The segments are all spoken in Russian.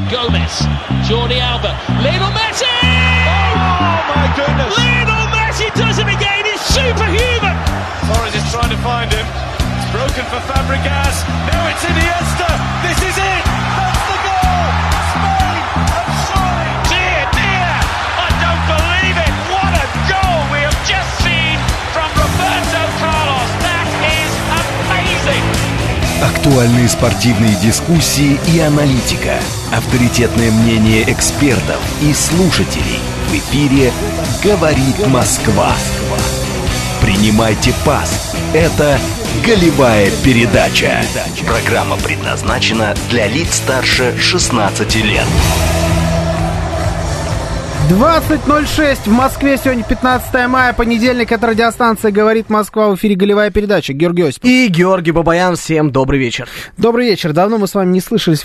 Gomez, Jordi Alba, Lionel Messi! Oh my goodness! Lionel Messi does it again, he's superhuman! Torres is trying to find him, it's broken for Fabregas, now it's Iniesta, this is it! That's the goal! Spain have surely! Dear, dear, I don't believe it! What a goal we have just seen from Roberto Carlos, that is amazing! Актуальные спортивные дискуссии и аналитика. Авторитетное мнение экспертов и слушателей. В эфире «Говорит Москва». Принимайте пас. Это «Голевая передача». Программа предназначена для лиц старше 16 лет. 20:06 в Москве, сегодня 15 мая, понедельник, это радиостанция «Говорит Москва», в эфире «Голевая передача». Георгий Осипов. И Георгий Бабаян, всем добрый вечер. Добрый вечер, давно мы с вами не слышались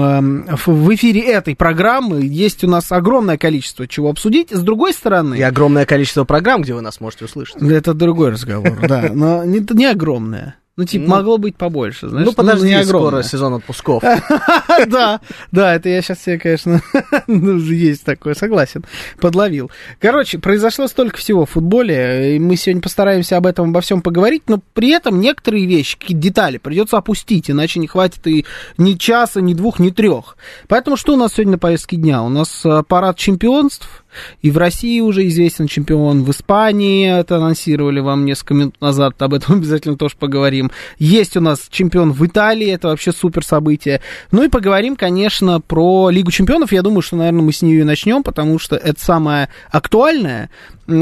в эфире этой программы, есть у нас огромное количество чего обсудить, с другой стороны... И огромное количество программ, где вы нас можете услышать. Это другой разговор, да, но не огромное. Ну, типа, могло быть побольше, знаешь. Ну, подожди, скоро сезон отпусков. Да, это я сейчас себе, конечно, есть такое, согласен, подловил. Короче, произошло столько всего в футболе, и мы сегодня постараемся об этом, обо всем поговорить, но при этом некоторые вещи, какие-то детали придется опустить, иначе не хватит и ни часа, ни двух, ни трех. Поэтому что у нас сегодня на повестке дня? У нас парад чемпионств, и в России уже известен чемпион, в Испании это анонсировали вам несколько минут назад, об этом обязательно тоже поговорим. Есть у нас чемпион в Италии, это вообще супер событие. Ну и поговорим, конечно, про Лигу чемпионов. Я думаю, что, наверное, мы с нее и начнем, потому что это самая актуальная,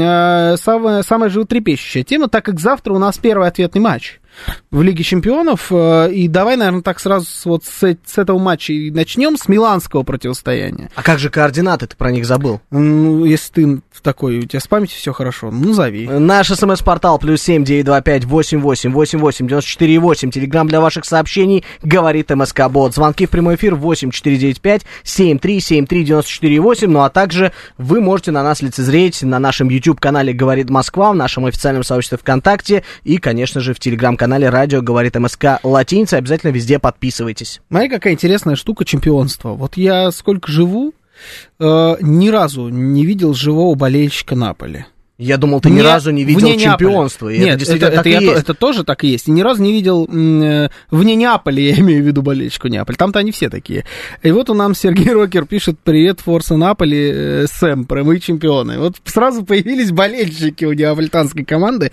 самая животрепещущая тема, так как завтра у нас первый ответный матч в Лиге чемпионов, и давай, наверное, так сразу вот с этого матча и начнем, с миланского противостояния. А как же координаты, ты про них забыл? Ну, если ты такой, у тебя с памятью все хорошо, ну, зови. Наш смс-портал +7 925 88 88 94 8, телеграм для ваших сообщений, говорит МСК-бот. Звонки в прямой эфир 8 495 73 73 94 8, ну а также вы можете на нас лицезреть на нашем YouTube-канале «Говорит Москва», в нашем официальном сообществе ВКонтакте и, конечно же, в телеграм-канале радио «Говорит МСК» латиница. Обязательно везде подписывайтесь. Смотри, какая интересная штука чемпионства. Вот я сколько живу, ни разу не видел живого болельщика Наполи. Я думал, ты ни разу не видел чемпионства. Нет, это тоже так и есть. И ни разу не видел вне Неаполя, я имею в виду болельщику Неаполя. Там-то они все такие. И вот у нас Сергей Рокер пишет: привет, Форса Наполи, Сэмпре, мы чемпионы. Вот сразу появились болельщики у неаполитанской команды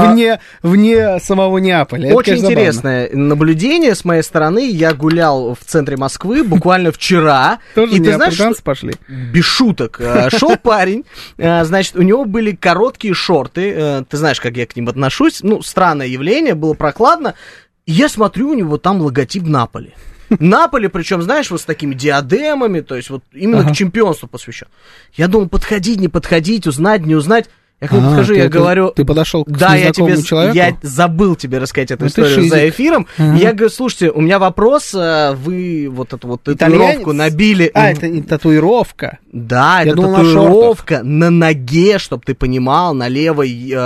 вне самого Неаполя. Очень интересное наблюдение с моей стороны. Я гулял в центре Москвы буквально вчера. Тоже неаполитанцы пошли? Без шуток. Шел парень, значит, у него были короткие шорты, ты знаешь, как я к ним отношусь, ну, странное явление, было прохладно, и я смотрю, у него там логотип Наполи. Наполи, причем, знаешь, вот с такими диадемами, то есть вот именно к чемпионству посвящен. Я думал, подходить, не подходить, узнать, не узнать. Я к нему подхожу, я говорю... Ты подошел к незнакомому человеку? Я забыл тебе рассказать эту историю за эфиром. Я говорю, слушайте, у меня вопрос, вы вот эту вот татуировку набили... это татуировка? Да, это татуировка на ноге, чтобы ты понимал, на левой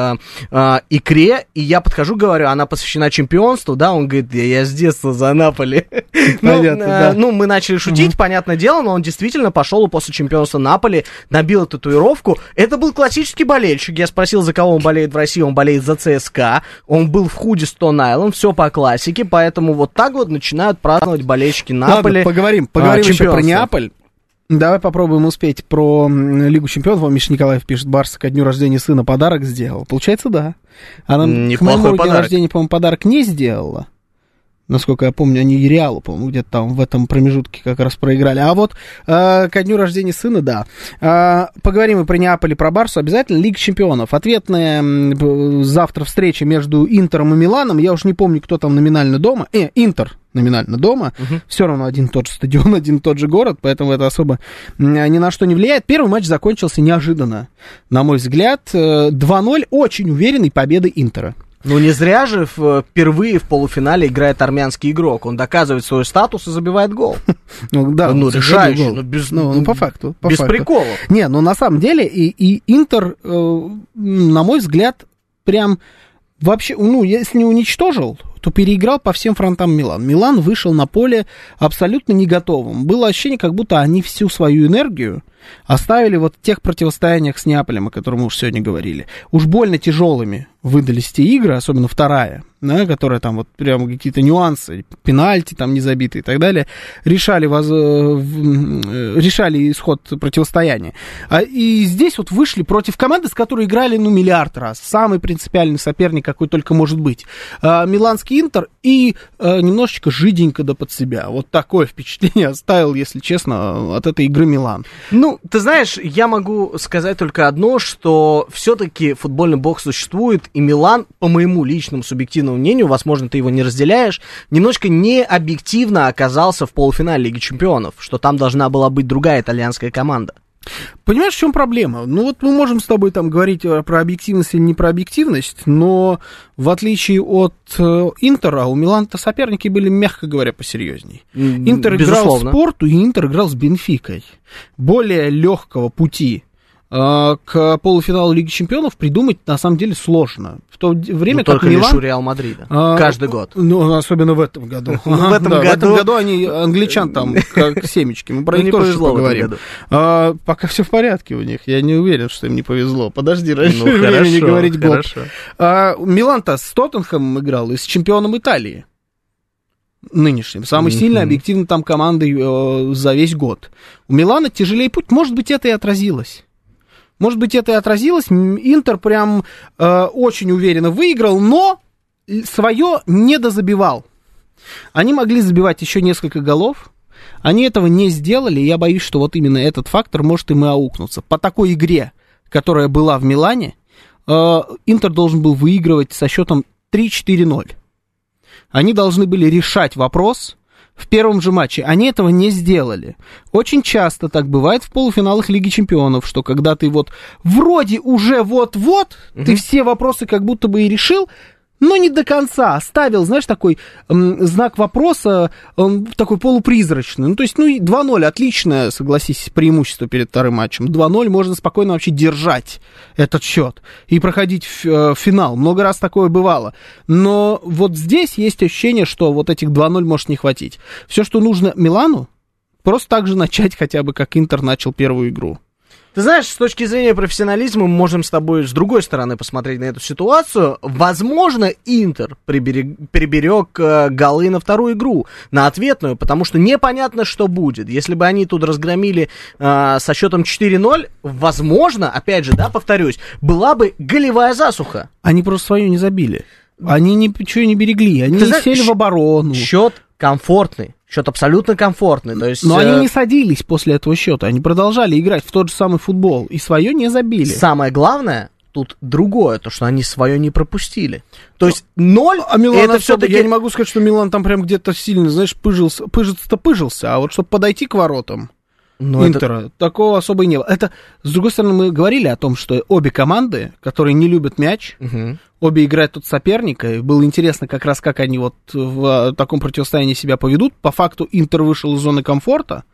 икре. И я подхожу, говорю, она посвящена чемпионству, да? Он говорит, я с детства за Наполи. Ну, мы начали шутить, понятное дело, но он действительно пошел после чемпионства Наполи, набил татуировку. Это был классический болельщик. Я спросил, за кого он болеет в России, он болеет за ЦСКА, он был в худи Stone Island, все по классике, поэтому вот так вот начинают праздновать болельщики Наполи. Ладно, поговорим еще про Неаполь. Давай попробуем успеть про Лигу чемпионов. Вам Миша Николаев пишет: Барса ко дню рождения сына подарок сделал. Получается, да. Она к моему дню рождения, по-моему, подарок не сделала. Насколько я помню, они и Реалу, по-моему, где-то там в этом промежутке как раз проиграли. А вот ко дню рождения сына, да. Поговорим и про Неаполь, и про Барсу обязательно. Лига чемпионов. Ответная завтра встреча между Интером и Миланом. Я уж не помню, кто там номинально дома. Интер номинально дома. Все равно один и тот же стадион, один и тот же город, поэтому это особо ни на что не влияет. Первый матч закончился неожиданно, на мой взгляд. 2-0. Очень уверенной победой Интера. Ну, не зря же впервые в полуфинале играет армянский игрок. Он доказывает свой статус и забивает гол. Ну, да, решающий. По факту. Без приколов. Не, ну, на самом деле, и Интер, на мой взгляд, прям вообще, ну, если не уничтожил, то переиграл по всем фронтам Милан. Милан вышел на поле абсолютно не готовым. Было ощущение, как будто они всю свою энергию оставили вот в тех противостояниях с Неаполем, о которых мы уже сегодня говорили. Уж больно тяжелыми выдались те игры, особенно вторая, да, которая там вот прям какие-то нюансы, пенальти там не забиты и так далее, решали исход противостояния. И здесь вот вышли против команды, с которой играли, миллиард раз. Самый принципиальный соперник, какой только может быть. Миланский Интер и немножечко жиденько да под себя. Вот такое впечатление оставил, если честно, от этой игры Милан. Ты знаешь, я могу сказать только одно, что все-таки футбольный бог существует, и Милан, по моему личному субъективному мнению, возможно, ты его не разделяешь, немножко необъективно оказался в полуфинале Лиги Чемпионов, что там должна была быть другая итальянская команда. Понимаешь, в чем проблема? Мы можем с тобой там говорить про объективность или не про объективность, но в отличие от Интера, у Милана-то соперники были, мягко говоря, посерьезней. Интер играл с Порту, и Интер играл с Бенфикой. Более легкого пути к полуфиналу Лиги Чемпионов придумать на самом деле сложно. В то время как только Милан... лишь у Реал Мадрида. Каждый год. Особенно в этом году. В этом году они англичан там как семечки. Мы про них тоже поговорим. Пока все в порядке у них. Я не уверен, что им не повезло. Подожди, раньше времени говорить год. Милан-то с Тоттенхэмом играл и с чемпионом Италии. Нынешним. Самой сильной, объективно, там командой за весь год. У Милана тяжелее путь. Может быть, это и отразилось. Интер прям очень уверенно выиграл, но свое не дозабивал. Они могли забивать еще несколько голов. Они этого не сделали. И я боюсь, что вот именно этот фактор может им и аукнуться. По такой игре, которая была в Милане, Интер должен был выигрывать со счетом 3-4-0. Они должны были решать вопрос в первом же матче. Они этого не сделали. Очень часто так бывает в полуфиналах Лиги Чемпионов, что когда ты вот вроде уже вот-вот, ты все вопросы как будто бы и решил, но не до конца. Оставил, знаешь, такой знак вопроса, он такой полупризрачный. То есть, 2-0, отличное, согласись, преимущество перед вторым матчем. 2-0 можно спокойно вообще держать этот счет и проходить в финал. Много раз такое бывало. Но вот здесь есть ощущение, что вот этих 2-0 может не хватить. Все, что нужно Милану, просто так же начать хотя бы, как Интер начал первую игру. Ты знаешь, с точки зрения профессионализма мы можем с тобой с другой стороны посмотреть на эту ситуацию. Возможно, Интер приберег голы на вторую игру, на ответную, потому что непонятно, что будет. Если бы они тут разгромили со счетом 4-0, возможно, опять же, повторюсь, была бы голевая засуха. Они просто свою не забили. Они ничего не берегли, они сели в оборону. Счет комфортный. Счет абсолютно комфортный. То есть, но они не садились после этого счета. Они продолжали играть в тот же самый футбол. И свое не забили. Самое главное тут другое, то, что они свое не пропустили. То есть 0, а Милан это все-таки... Я не могу сказать, что Милан там прям где-то сильно, знаешь, пыжится. А вот чтобы подойти к воротам Интера, такого особо и не было. Это, с другой стороны, мы говорили о том, что обе команды, которые не любят мяч, обе играют от соперника. И было интересно как раз, как они вот в таком противостоянии себя поведут. По факту Интер вышел из зоны комфорта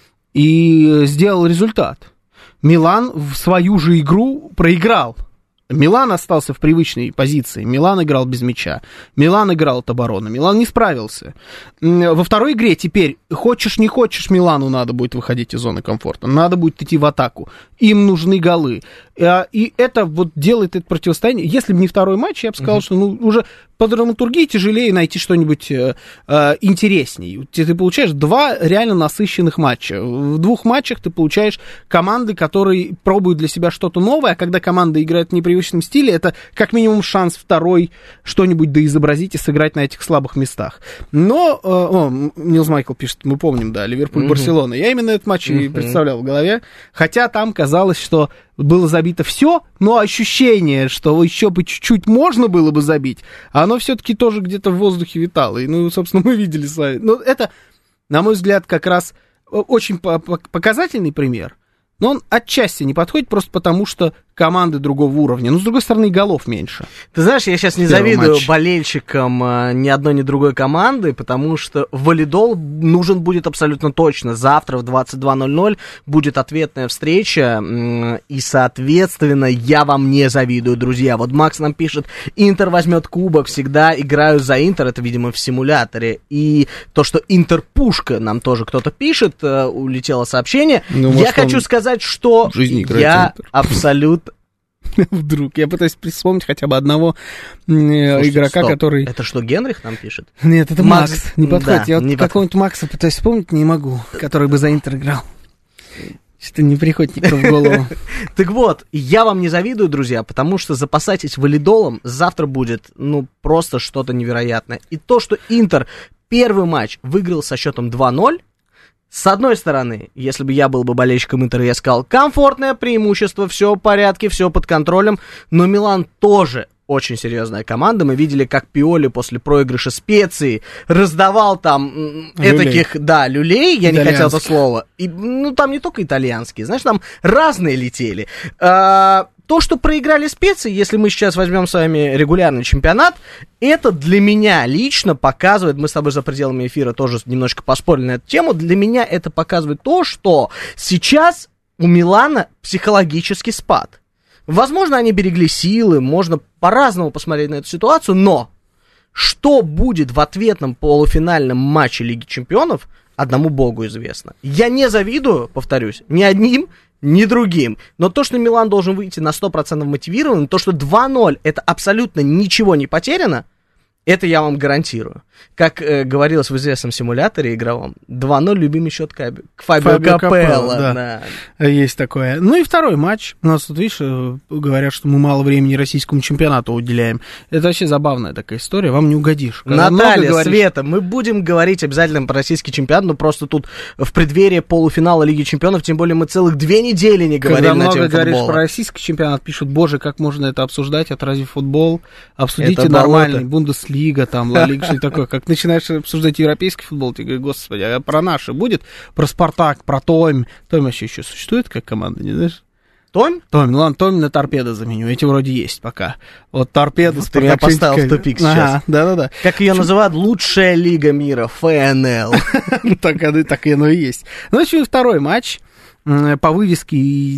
и сделал результат. Милан в свою же игру проиграл. Милан остался в привычной позиции. Милан играл без мяча. Милан играл от обороны. Милан не справился. Во второй игре теперь, хочешь не хочешь, Милану надо будет выходить из зоны комфорта. Надо будет идти в атаку. Им нужны голы. И это вот делает это противостояние. Если бы не второй матч, я бы сказал, что уже по драматургии тяжелее найти что-нибудь интересней. Ты получаешь два реально насыщенных матча. В двух матчах ты получаешь команды, которые пробуют для себя что-то новое, а когда команда играет в непривычном стиле, это как минимум шанс второй что-нибудь доизобразить и сыграть на этих слабых местах. Но, Нилс Майкл пишет, мы помним, Ливерпуль-Барселона. Я именно этот матч и представлял в голове. Хотя там казалось, что было забито все, но ощущение, что еще бы чуть-чуть можно было бы забить, оно все-таки тоже где-то в воздухе витало. И, собственно, мы видели с вами. Но это, на мой взгляд, как раз очень показательный пример. Но он отчасти не подходит просто потому, что команды другого уровня. Но, с другой стороны, и голов меньше. Ты знаешь, я сейчас не завидую болельщикам ни одной, ни другой команды, потому что валидол нужен будет абсолютно точно. Завтра в 22:00 будет ответная встреча, и, соответственно, я вам не завидую, друзья. Вот Макс нам пишет, Интер возьмет кубок, всегда играю за Интер, это, видимо, в симуляторе. И то, что Интер пушка, нам тоже кто-то пишет, улетело сообщение. Ну, я хочу сказать, что я абсолютно... Вдруг. Я пытаюсь вспомнить хотя бы одного игрока, который... Это что, Генрих нам пишет? Нет, это Макс. Не подходит. Да, я вот какого-нибудь Макса пытаюсь вспомнить, не могу, который бы за Интер играл. Что-то не приходит никто в голову. Так вот, я вам не завидую, друзья, потому что запасайтесь валидолом, завтра будет, просто что-то невероятное. И то, что Интер первый матч выиграл со счетом 2-0, с одной стороны, если бы я был бы болельщиком Интера, я сказал, комфортное преимущество, все в порядке, все под контролем, но Милан тоже очень серьезная команда. Мы видели, как Пиоли после проигрыша Специи раздавал там этаких, люлей, я не хотел это слово. И, там не только итальянские, знаешь, там разные летели. То, что проиграли Специи, если мы сейчас возьмем с вами регулярный чемпионат, это для меня лично показывает, мы с тобой за пределами эфира тоже немножко поспорили на эту тему, для меня это показывает то, что сейчас у Милана психологический спад. Возможно, они берегли силы, можно по-разному посмотреть на эту ситуацию, но что будет в ответном полуфинальном матче Лиги Чемпионов, одному богу известно. Я не завидую, повторюсь, ни одним, ни другим. Но то, что Милан должен выйти на 100% мотивированным, то, что 2-0 это абсолютно ничего не потеряно, это я вам гарантирую. Как говорилось в известном симуляторе игровом, 2-0 любимый счет Фабио Капелло. Да. Есть такое. Ну и второй матч. У нас тут, видишь, говорят, что мы мало времени российскому чемпионату уделяем. Это вообще забавная такая история, вам не угодишь. Наталья, Света, мы будем говорить обязательно про российский чемпионат, но просто тут в преддверии полуфинала Лиги Чемпионов, тем более мы целых 2 недели не говорили на тему футбола. Когда много говоришь про российский чемпионат, пишут, боже, как можно это обсуждать, отразив футбол, обсудите это нормальный, Бундеслига, там, Ла Лига, что такое. Как начинаешь обсуждать европейский футбол, ты говоришь, господи, а про наши будет? Про Спартак, про Томь. Томь вообще еще существует как команда, не знаешь? Томь? Томь, ну ладно, Томь на Торпедо заменю. Эти вроде есть пока. Вот Торпедо, Спартак. Ты меня поставил в тупик сейчас. Да-да-да. Как ее называют? Лучшая лига мира, ФНЛ. Так и оно и есть. Ну, еще и второй матч. По вывеске,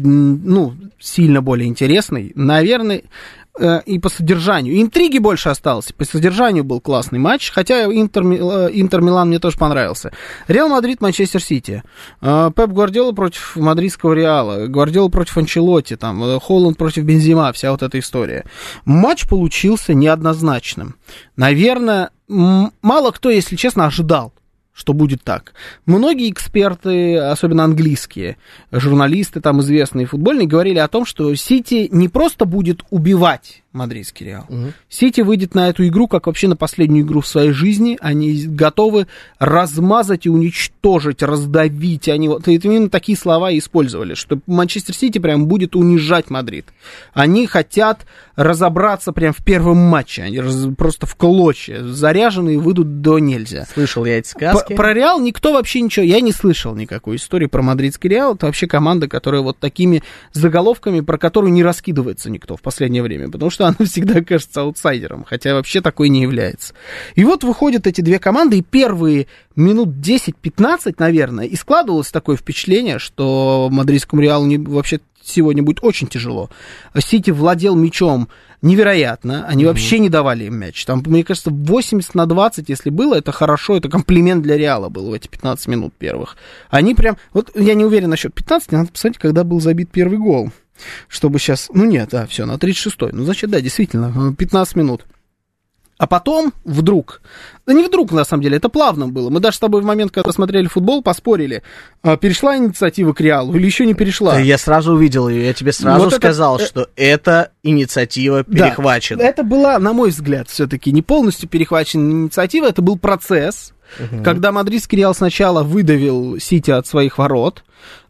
сильно более интересный. Наверное, и по содержанию. Интриги больше осталось. По содержанию был классный матч, хотя Интер-Милан мне тоже понравился. Реал Мадрид, Манчестер Сити. Пеп Гвардиола против мадридского Реала. Гвардиола против Анчелотти. Там, Холланд против Бензема. Вся вот эта история. Матч получился неоднозначным. Наверное, мало кто, если честно, ожидал, что будет так. Многие эксперты, особенно английские, журналисты там известные футбольные, говорили о том, что Сити не просто будет убивать мадридский Реал. Сити выйдет на эту игру, как вообще на последнюю игру в своей жизни. Они готовы размазать и уничтожить, раздавить. Они вот именно такие слова использовали, что Манчестер Сити прям будет унижать Мадрид. Они хотят разобраться прям в первом матче. Они просто в клочья. Заряженные выйдут до нельзя. Слышал я эти сказки. Про Реал никто вообще ничего... Я не слышал никакой истории про мадридский Реал. Это вообще команда, которая вот такими заголовками, про которую не раскидывается никто в последнее время. Потому что она всегда кажется аутсайдером, хотя вообще такой не является. И вот выходят эти две команды, и первые минут 10-15, наверное, и складывалось такое впечатление, что мадридскому Реалу вообще сегодня будет очень тяжело. Сити владел мячом невероятно, они вообще не давали им мяч. Там, мне кажется, 80-20, если было, это хорошо, это комплимент для Реала был в эти 15 минут первых. Они прям, вот я не уверен насчет 15, надо посмотреть, когда был забит первый гол. Чтобы сейчас... все, на 36-й. Значит, да, действительно, 15 минут. А потом вдруг... Да не вдруг, на самом деле, это плавно было. Мы даже с тобой в момент, когда смотрели футбол, поспорили, перешла инициатива к Реалу или еще не перешла. Я сразу увидел ее, я тебе сразу сказал, что эта инициатива перехвачена. Да, это была, на мой взгляд, все-таки не полностью перехвачена инициатива, это был процесс, когда мадридский Реал сначала выдавил Сити от своих ворот,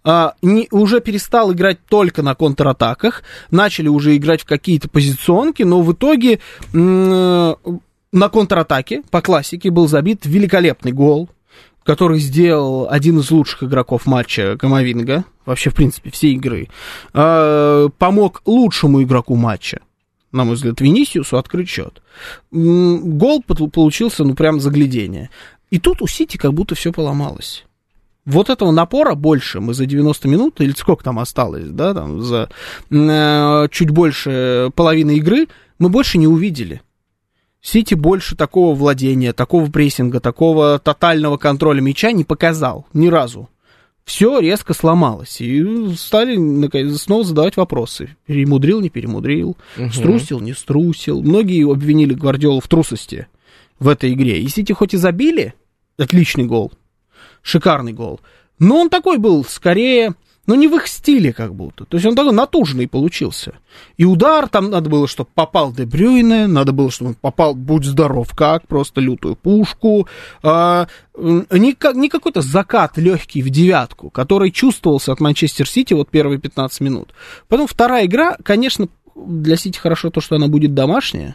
уже перестал играть только на контратаках, начали уже играть в какие-то позиционки, но в итоге на контратаке по классике был забит великолепный гол. который сделал один из лучших игроков матча Камавинга, вообще, в принципе, всей игры, помог лучшему игроку матча, на мой взгляд, Винисиусу, открыть счет. Гол получился, прям заглядение. И тут у Сити как будто все поломалось. Вот этого напора больше мы за 90 минут, или сколько там осталось, да, там за чуть больше половины игры, мы больше не увидели. Сити больше такого владения, такого прессинга, такого тотального контроля мяча не показал ни разу. Все резко сломалось, и стали снова задавать вопросы. Перемудрил, не перемудрил, струсил, не струсил. Многие обвинили Гвардиолу в трусости в этой игре. И Сити хоть и забили, отличный гол, шикарный гол, но он такой был скорее, не в их стиле как будто. То есть он такой натужный получился. И удар там надо было, чтобы попал Де Брюйне, надо было, чтобы он попал, будь здоров, как, просто лютую пушку. Не какой-то закат легкий в девятку, который чувствовался от Манчестер Сити вот первые 15 минут. Потом вторая игра, конечно, для Сити хорошо то, что она будет домашняя.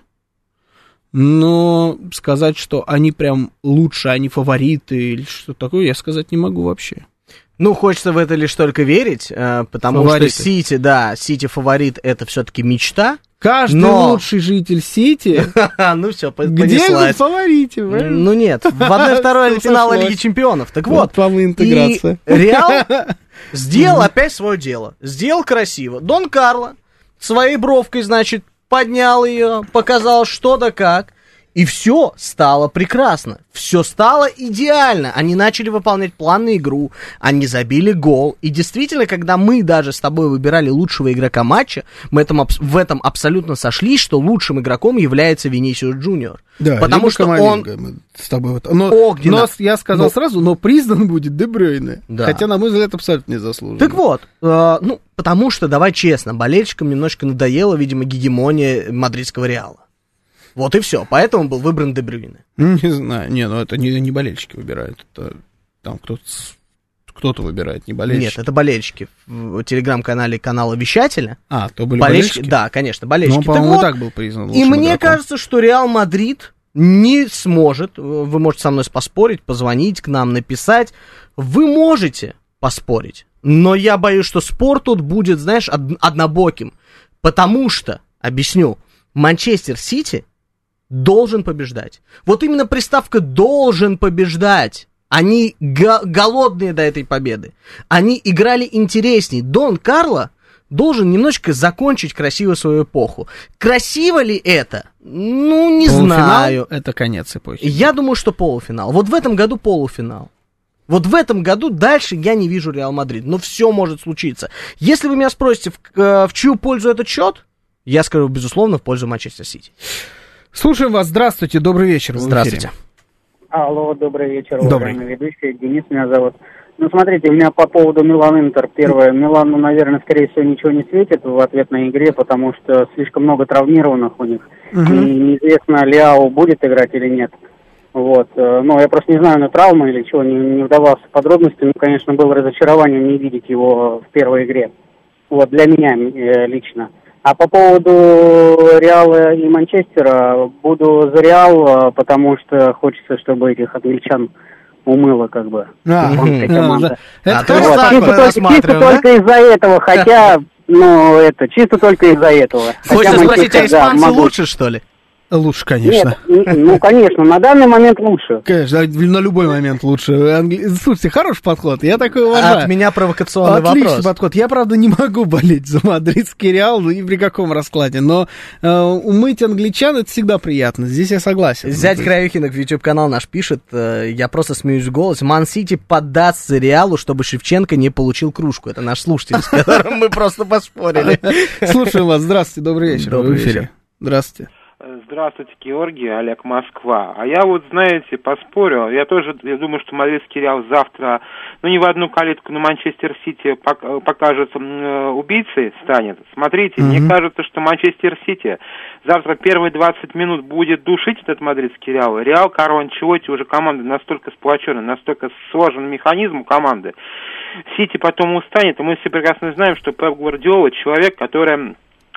Но сказать, что они прям лучше, они фавориты или что-то такое, я сказать не могу вообще. Хочется в это лишь только верить, потому фавориты. Что Сити фаворит, это все-таки мечта. Каждый лучший житель Сити. Все, где вы в фаворите? Нет, в 1/2 финала Лиги Чемпионов. Так вот, интеграция. И Реал сделал опять свое дело. Сделал красиво. Дон Карло своей бровкой, значит, поднял ее, показал что да как. И все стало прекрасно, все стало идеально. Они начали выполнять план на игру, они забили гол. И действительно, когда мы даже с тобой выбирали лучшего игрока матча, мы в этом абсолютно сошлись, что лучшим игроком является Винисиус Джуниор. Да, потому что он с тобой но я сказал сразу, но признан будет Де Брюйне. Да. Хотя, на мой взгляд, абсолютно незаслуженно. Так вот, потому что, давай честно, болельщикам немножко надоела, видимо, гегемония мадридского Реала. Вот и все. Поэтому был выбран Де Брюйне. Не знаю. Это не болельщики выбирают. Это там кто-то выбирает, не болельщики. Нет, это болельщики. В телеграм-канале канала Вещателя. То были болельщики? Да, конечно, болельщики. Но, по-моему, так был признан лучшим И мне игроком. кажется, что Реал Мадрид не сможет, вы можете со мной поспорить, позвонить к нам, написать. Вы можете поспорить. Но я боюсь, что спор тут будет, знаешь, однобоким. Потому что, объясню, Манчестер Сити должен побеждать. Вот именно приставка «должен побеждать». Они голодные до этой победы. Они играли интересней. Дон Карло должен немножечко закончить красиво свою эпоху. Красиво ли это? Не знаю. Это конец эпохи. Я думаю, что полуфинал. Вот в этом году полуфинал. Вот в этом году дальше я не вижу Реал Мадрид. Но все может случиться. Если вы меня спросите, в чью пользу этот счет, я скажу, безусловно, в пользу Манчестер Сити. Слушаем вас. Здравствуйте, добрый вечер. Здравствуйте. Алло, добрый вечер, уважаемый ведущий. Денис меня зовут. Смотрите, у меня по поводу Милан-Интер. Первое, Милану, наверное, скорее всего, ничего не светит в ответной игре, потому что слишком много травмированных у них. И неизвестно, Лиао будет играть или нет. Вот. Я просто не знаю, травма или чего, не вдавался в подробности. Конечно, было разочарованием не видеть его в первой игре. Вот, для меня лично. А по поводу Реала и Манчестера, буду за Реал, потому что хочется, чтобы этих англичан умыло, как бы. Это чисто только из-за этого, хотя, чисто только из-за этого. Хочется спросить, а испанцы лучше, что ли? Лучше, конечно. Нет, конечно, на данный момент лучше. Конечно, на любой момент лучше. Слушайте, хороший подход, я такой уважаю. От меня провокационный вопрос. Отличный подход. Я, правда, не могу болеть за мадридский Реал ни при каком раскладе, но умыть англичан — это всегда приятно. Здесь я согласен. Зять Краюхинок в YouTube-канал наш пишет, я просто смеюсь в голос, Ман-Сити поддастся Реалу, чтобы Шевченко не получил кружку. Это наш слушатель, с которым мы просто поспорили. Слушаем вас. Здравствуйте, добрый вечер. Добрый вечер. Здравствуйте. Здравствуйте, Георгий, Олег, Москва. А я знаете, поспорил. Я думаю, что мадридский Реал завтра, не в одну калитку на Манчестер Сити покажется убийцей станет. Смотрите, мне кажется, что Манчестер Сити завтра первые 20 минут будет душить этот мадридский Реал. Реал, Карло Анчелотти уже команда настолько сплоченная, настолько сложен механизм у команды. Сити потом устанет, и мы все прекрасно знаем, что Пеп Гвардиола человек, который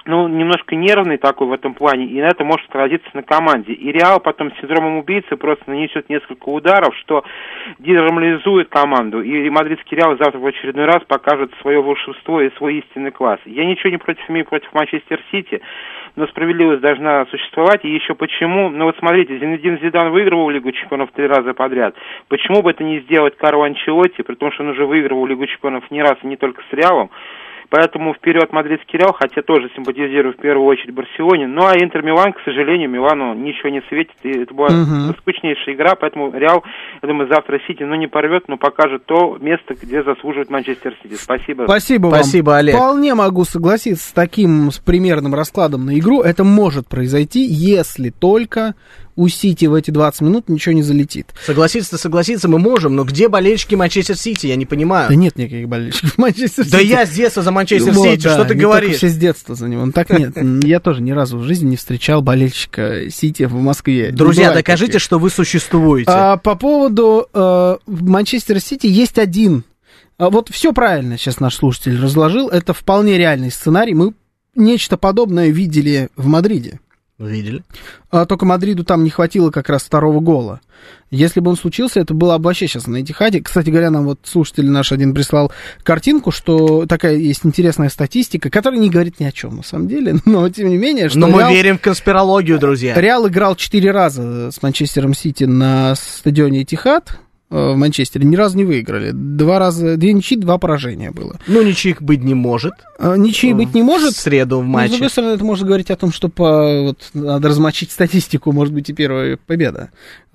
немножко нервный такой в этом плане, и это может отразиться на команде. И Реал потом с синдромом убийцы просто нанесет несколько ударов, что деморализует команду. И мадридский Реал завтра в очередной раз покажет свое волшебство и свой истинный класс. Я ничего не имею против Манчестер Сити, но справедливость должна существовать. И еще почему? Вот смотрите, Зинедин Зидан выигрывал Лигу Чемпионов 3 раза подряд. Почему бы это не сделать Карло Анчелотти, при том, что он уже выигрывал Лигу Чемпионов не раз и не только с Реалом. Поэтому вперед мадридский Реал, хотя тоже симпатизирую в первую очередь Барселоне. Ну а Интер Милан, к сожалению, Милану ничего не светит. И это была скучнейшая игра, поэтому Реал, я думаю, завтра Сити, не порвет, но покажет то место, где заслуживает Манчестер Сити. Спасибо. Спасибо вам. Спасибо, Олег. Вполне могу согласиться с таким примерным раскладом на игру. Это может произойти, если только у Сити в эти 20 минут ничего не залетит. Согласиться мы можем, но где болельщики Манчестер Сити, я не понимаю. Да нет никаких болельщиков Манчестер Сити. Да я с детства за Манчестер Сити, что ты говоришь? Все с детства за него. Так нет, я тоже ни разу в жизни не встречал болельщика Сити в Москве. Друзья, докажите, что вы существуете. По поводу Манчестер Сити есть один. Вот все правильно сейчас наш слушатель разложил. Это вполне реальный сценарий. Мы нечто подобное видели в Мадриде. Видели. Только Мадриду там не хватило как раз второго гола. Если бы он случился, это было бы вообще сейчас на Этихаде. Кстати говоря, нам вот слушатель наш один прислал картинку, что такая есть интересная статистика, которая не говорит ни о чем на самом деле, но тем не менее... Что но мы верим в конспирологию, друзья. Реал играл 4 раза с Манчестером Сити на стадионе Этихад в Манчестере, ни разу не выиграли. 2 ничьи, 2 поражения было. Ну, ничьих быть не может. Ничьи быть не может. В среду в матче. Но, с другой стороны, это можно говорить о том, что надо размочить статистику, может быть, и первая победа.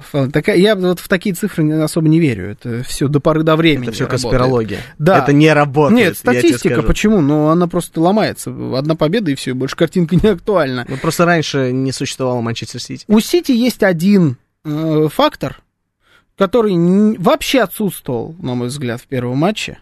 Я вот в такие цифры особо не верю. Это все до поры до времени. Это все работает. конспирология. Да. Это не работает. Нет, статистика, почему? Ну, она просто ломается. Одна победа, и все, больше картинка не актуальна. Ну, просто раньше не существовало Манчестер Сити. У Сити есть один фактор, который вообще отсутствовал, на мой взгляд, в первом матче.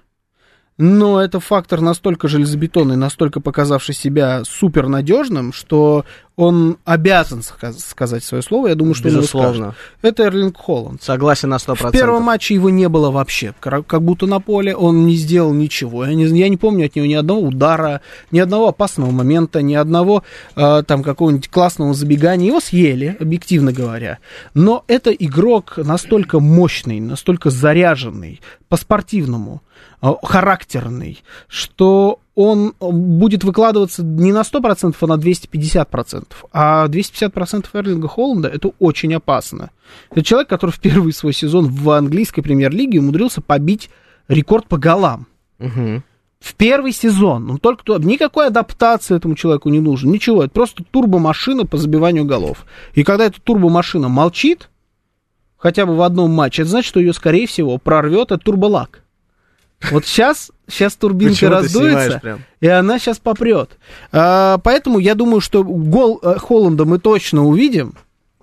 Но это фактор настолько железобетонный, настолько показавший себя супернадежным, что он обязан сказать свое слово. Я думаю, что безусловно. Он его скажет. Это Эрлинг Холланд. Согласен на 100%. В первом матче его не было вообще. Как будто на поле он не сделал ничего. Я не помню от него ни одного удара, ни одного опасного момента, ни одного там какого-нибудь классного забегания. Его съели, объективно говоря. Но это игрок настолько мощный, настолько заряженный, по-спортивному, характерный, что он будет выкладываться не на 100%, а на 250%. А 250% Эрлинга Холланда — это очень опасно. Это человек, который в первый свой сезон в английской премьер-лиге умудрился побить рекорд по голам. Угу. В первый сезон. Никакой адаптации этому человеку не нужно. Ничего. Это просто турбомашина по забиванию голов. И когда эта турбомашина молчит, хотя бы в одном матче, это значит, что ее, скорее всего, прорвет от турболак. Вот сейчас турбинка раздуется, и она сейчас попрет. Поэтому я думаю, что гол Холланда мы точно увидим.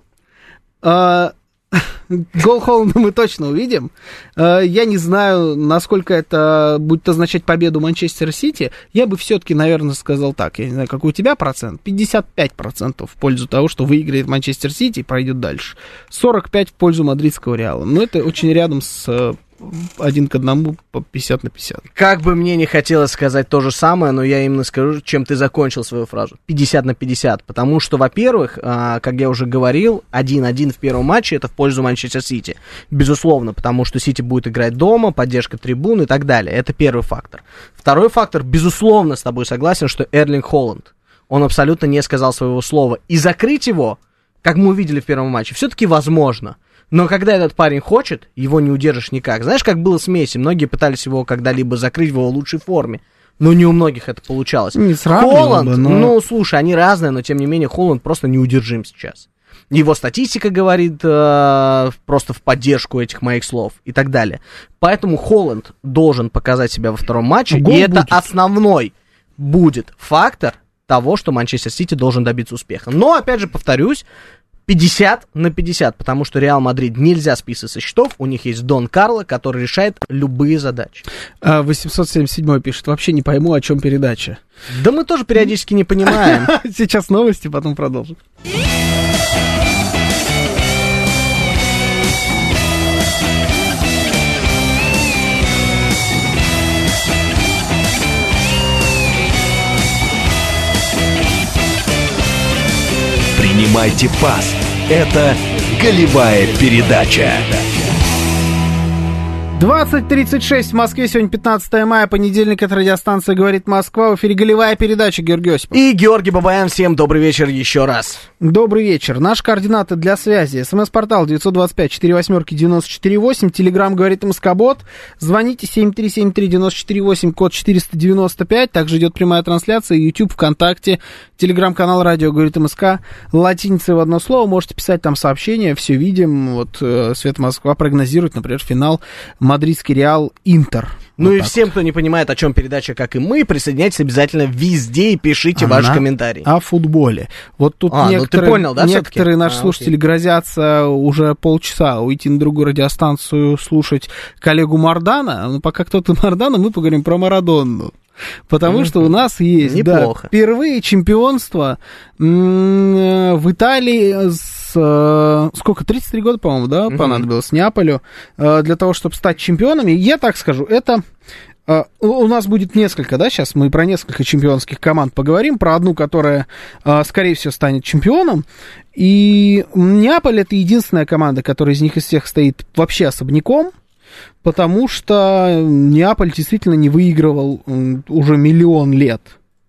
Гол Холланда мы точно увидим. Я не знаю, насколько это будет означать победу Манчестер Сити. Я бы все-таки, наверное, сказал так. Я не знаю, какой у тебя процент. 55% в пользу того, что выиграет Манчестер Сити и пройдет дальше. 45% в пользу мадридского Реала. Но это очень рядом с 1-1, по 50/50. Как бы мне не хотелось сказать то же самое, но я именно скажу, чем ты закончил свою фразу. 50/50. Потому что, во-первых, как я уже говорил, 1-1 в первом матче — это в пользу Манчестер Сити. Безусловно, потому что Сити будет играть дома, поддержка трибун и так далее. Это первый фактор. Второй фактор, безусловно, с тобой согласен, что Эрлинг Холланд, он абсолютно не сказал своего слова. И закрыть его, как мы увидели в первом матче, все-таки возможно. Но когда этот парень хочет, его не удержишь никак. Знаешь, как было с Месси? Многие пытались его когда-либо закрыть в его лучшей форме. Но не у многих это получалось. Холланд, слушай, они разные, но тем не менее Холланд просто неудержим сейчас. Его статистика говорит просто в поддержку этих моих слов и так далее. Поэтому Холланд должен показать себя во втором матче. И это основной будет фактор того, что Манчестер Сити должен добиться успеха. Но, опять же, повторюсь, 50/50, потому что Реал Мадрид нельзя списывать со счетов, у них есть Дон Карло, который решает любые задачи. 877 пишет, вообще не пойму, о чем передача. Да мы тоже периодически не понимаем. Сейчас новости, потом продолжим. Принимайте пас. Это «Голевая передача». 20:36 в Москве, сегодня 15 мая, понедельник, это радиостанция «Говорит Москва», в эфире «Голевая передача», Георгий Осипов. И Георгий Бабаян, всем добрый вечер еще раз. Добрый вечер. Наши координаты для связи: СМС-портал 925-48-94-8, Телеграм «Говорит МСК-бот», звоните 7373948, код 495, также идет прямая трансляция, YouTube, ВКонтакте, Телеграм-канал «Радио Говорит МСК», латиницей в одно слово, можете писать там сообщения, все видим, вот Света Москва прогнозирует, например, финал мадридский Реал Интер. Ну вот и всем, кто не понимает, о чем передача, как и мы, присоединяйтесь обязательно везде и пишите ваши комментарии. О футболе. Вот тут некоторые наши слушатели грозятся уже полчаса уйти на другую радиостанцию слушать коллегу Мардана. Но пока кто-то Мардана, мы поговорим про Марадонну. Потому что у нас есть впервые чемпионство в Италии сколько, 33 года, по-моему, да, понадобилось Неаполю для того, чтобы стать чемпионами. Я так скажу, это... У нас будет несколько, да, сейчас мы про несколько чемпионских команд поговорим, про одну, которая, скорее всего, станет чемпионом. И Неаполь — это единственная команда, которая из них из всех стоит вообще особняком, потому что Неаполь действительно не выигрывал уже миллион лет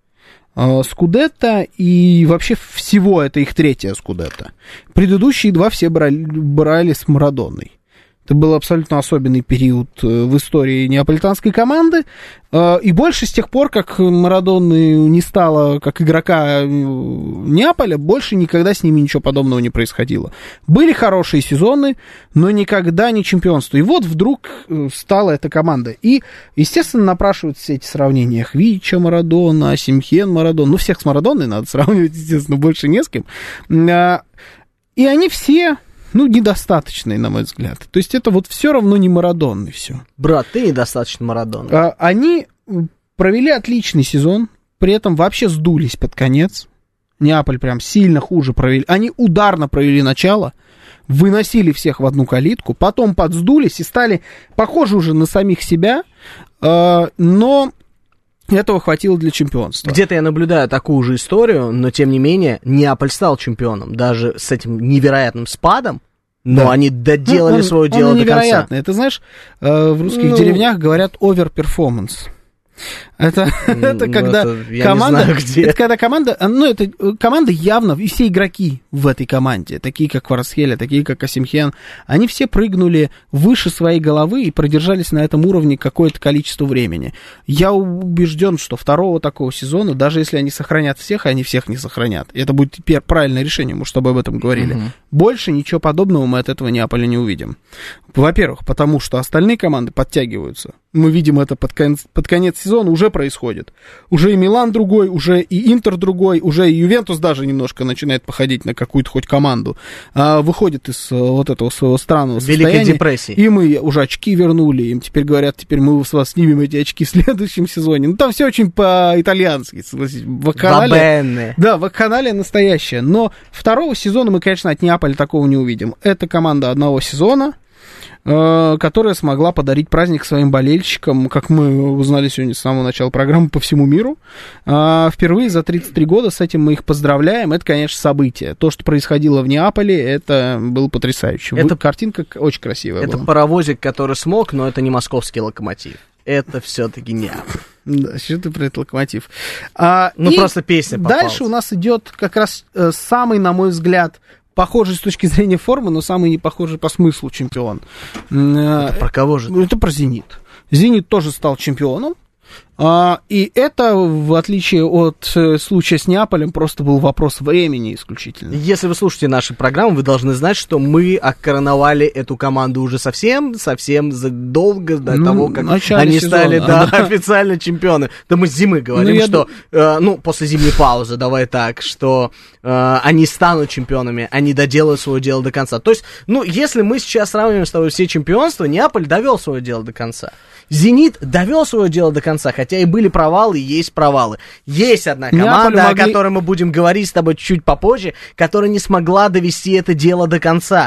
скудетто, и вообще всего это их третья скудетто. Предыдущие два все брали с Марадонной. Это был абсолютно особенный период в истории неаполитанской команды. И больше с тех пор, как Марадонны не стало как игрока Неаполя, больше никогда с ними ничего подобного не происходило. Были хорошие сезоны, но никогда не чемпионство. И вот вдруг стала эта команда. И, естественно, напрашиваются все эти сравнения. Хвича Марадона, Асимхен Марадона. Ну, всех с Марадонной надо сравнивать, естественно, больше не с кем. И они все... недостаточные, на мой взгляд. То есть это вот все равно не Марадонны все. Брат, ты недостаточно Марадонны. Они провели отличный сезон, при этом вообще сдулись под конец. Неаполь прям сильно хуже провели. Они ударно провели начало, выносили всех в одну калитку, потом подсдулись и стали похожи уже на самих себя, но... Этого хватило для чемпионства. Где-то я наблюдаю такую же историю, но тем не менее Неаполь стал чемпионом, даже с этим невероятным спадом, но они доделали свое дело до конца. Это, знаешь, в русских деревнях говорят оверперформанс. Это когда команда, команда явно, и все игроки в этой команде, такие как Кварцхелия, такие как Асимхен, они все прыгнули выше своей головы и продержались на этом уровне какое-то количество времени. Я убежден, что второго такого сезона, даже если они сохранят всех, они всех не сохранят. И это будет правильное решение, мы чтобы об этом говорили. Больше ничего подобного мы от этого Неаполя не увидим. Во-первых, потому что остальные команды подтягиваются. Мы видим это под конец сезона, уже происходит. Уже и Милан другой, уже и Интер другой, уже и Ювентус даже немножко начинает походить на какую-то хоть команду. Выходит из вот этого своего странного состояния. Великой депрессии. И мы уже очки вернули, им теперь говорят, теперь мы с вас снимем эти очки в следующем сезоне. Ну, там все очень по-итальянски, согласитесь. Да, вакханалия настоящая. Но второго сезона мы, конечно, от Неаполя такого не увидим. Это команда одного сезона, которая смогла подарить праздник своим болельщикам, как мы узнали сегодня с самого начала программы, по всему миру. Впервые за 33 года с этим мы их поздравляем. Это, конечно, событие. То, что происходило в Неаполе, это было потрясающе. Картинка очень красивая была. Это паровозик, который смог, но это не московский локомотив. Это все-таки Неаполь. Да, что ты про этот локомотив? Просто песня попалась. Дальше у нас идет как раз самый, на мой взгляд, похожий с точки зрения формы, но самый не похожий по смыслу чемпион. Это про кого же? Это про «Зенит». «Зенит» тоже стал чемпионом. И это, в отличие от случая с Неаполем, просто был вопрос времени исключительно. Если вы слушаете наши программы, вы должны знать, что мы окороновали эту команду уже совсем задолго до того, как они стали официально чемпионы. Да мы с зимы говорим, что после зимней паузы, давай так, что они станут чемпионами, они доделают свое дело до конца. То есть, если мы сейчас сравниваем с тобой все чемпионства, Неаполь довел свое дело до конца. «Зенит» довел свое дело до конца, хотя и были провалы, и есть провалы. Есть одна команда, о которой мы будем говорить с тобой чуть попозже, которая не смогла довести это дело до конца.